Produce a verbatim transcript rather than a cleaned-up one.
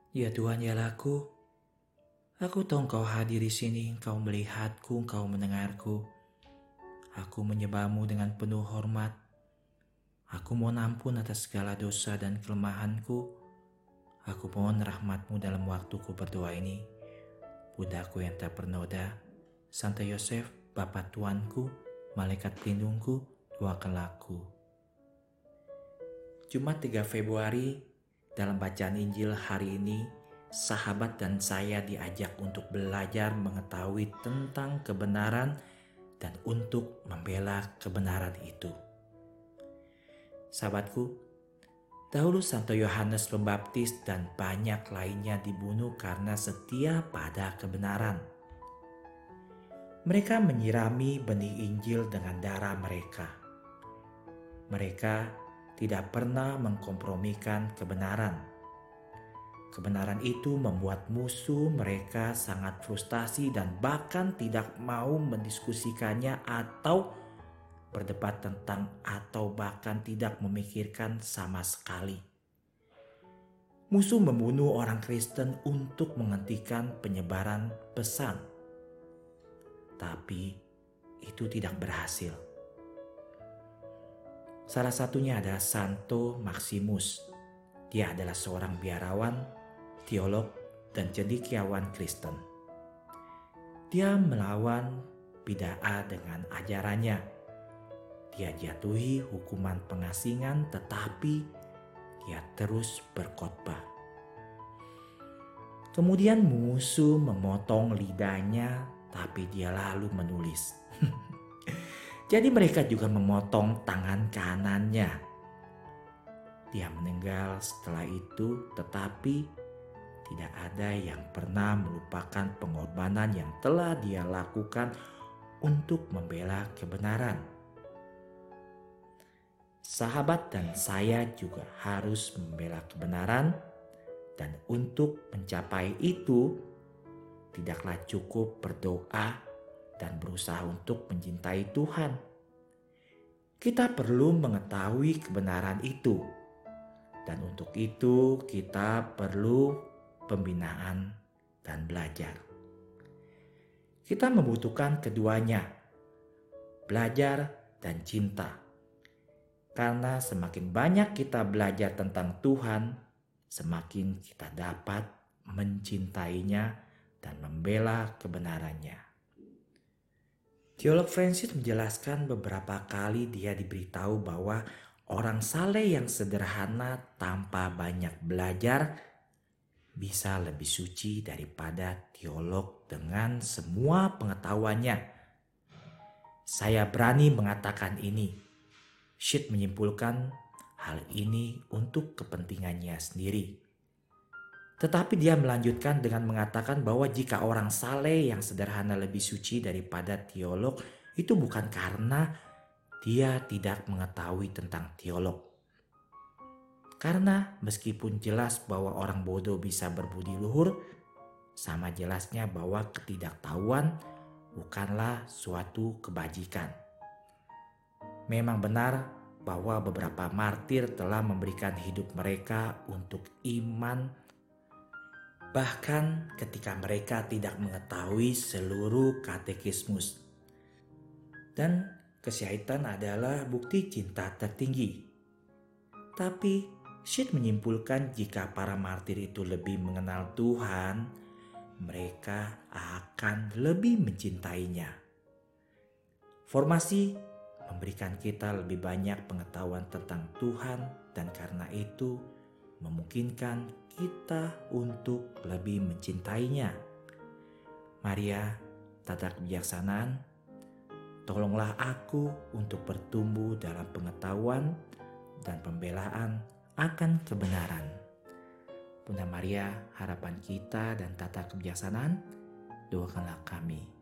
Ya Tuhan, ya Laku, aku tahu Engkau hadir di sini, Engkau melihatku, Engkau mendengarku. Aku menyembahmu dengan penuh hormat. Aku mohon ampun atas segala dosa dan kelemahanku. Aku mohon rahmat-Mu dalam waktuku berdoa ini. Budaku yang tak bernoda, Santo Yosef, Bapa Tuanku, Malaikat Pelindungku, doakanlah aku. Jumat tiga Februari, dalam bacaan Injil hari ini, sahabat dan saya diajak untuk belajar mengetahui tentang kebenaran dan untuk membela kebenaran itu. Sahabatku, dahulu Santo Yohanes Pembaptis dan banyak lainnya dibunuh karena setia pada kebenaran. Mereka menyirami benih Injil dengan darah mereka. Mereka tidak pernah mengkompromikan kebenaran. Kebenaran itu membuat musuh mereka sangat frustasi dan bahkan tidak mau mendiskusikannya atau berdebat tentang atau bahkan tidak memikirkan sama sekali. Musuh membunuh orang Kristen untuk menghentikan penyebaran pesan. Tapi itu tidak berhasil. Salah satunya adalah Santo Maximus. Dia adalah seorang biarawan, teolog, dan cendekiawan Kristen. Dia melawan bid'ah dengan ajarannya. Dia jatuhi hukuman pengasingan, tetapi dia terus berkhotbah. Kemudian musuh memotong lidahnya, tapi dia lalu menulis. Jadi mereka juga memotong tangan kanannya. Dia meninggal setelah itu, tetapi tidak ada yang pernah melupakan pengorbanan yang telah dia lakukan untuk membela kebenaran. Sahabat dan saya juga harus membela kebenaran, dan untuk mencapai itu tidaklah cukup berdoa dan berusaha untuk mencintai Tuhan. Kita perlu mengetahui kebenaran itu, dan untuk itu kita perlu pembinaan dan belajar. Kita membutuhkan keduanya, belajar dan cinta. Karena semakin banyak kita belajar tentang Tuhan, semakin kita dapat mencintainya dan membela kebenarannya. Teolog Francis menjelaskan beberapa kali dia diberitahu bahwa orang saleh yang sederhana tanpa banyak belajar bisa lebih suci daripada teolog dengan semua pengetahuannya. Saya berani mengatakan ini. Syed menyimpulkan hal ini untuk kepentingannya sendiri. Tetapi dia melanjutkan dengan mengatakan bahwa jika orang saleh yang sederhana lebih suci daripada teolog, itu bukan karena dia tidak mengetahui tentang teolog. Karena meskipun jelas bahwa orang bodoh bisa berbudi luhur, sama jelasnya bahwa ketidaktahuan bukanlah suatu kebajikan. Memang benar bahwa beberapa martir telah memberikan hidup mereka untuk iman, bahkan ketika mereka tidak mengetahui seluruh katekismus. Dan kesyahidan adalah bukti cinta tertinggi. Tapi Syed menyimpulkan jika para martir itu lebih mengenal Tuhan, mereka akan lebih mencintainya. Formasi memberikan kita lebih banyak pengetahuan tentang Tuhan, dan karena itu memungkinkan kita untuk lebih mencintainya. Maria, tata kebijaksanaan, tolonglah aku untuk bertumbuh dalam pengetahuan dan pembelaan akan kebenaran. Bunda Maria, harapan kita dan tata kebijaksanaan, doakanlah kami.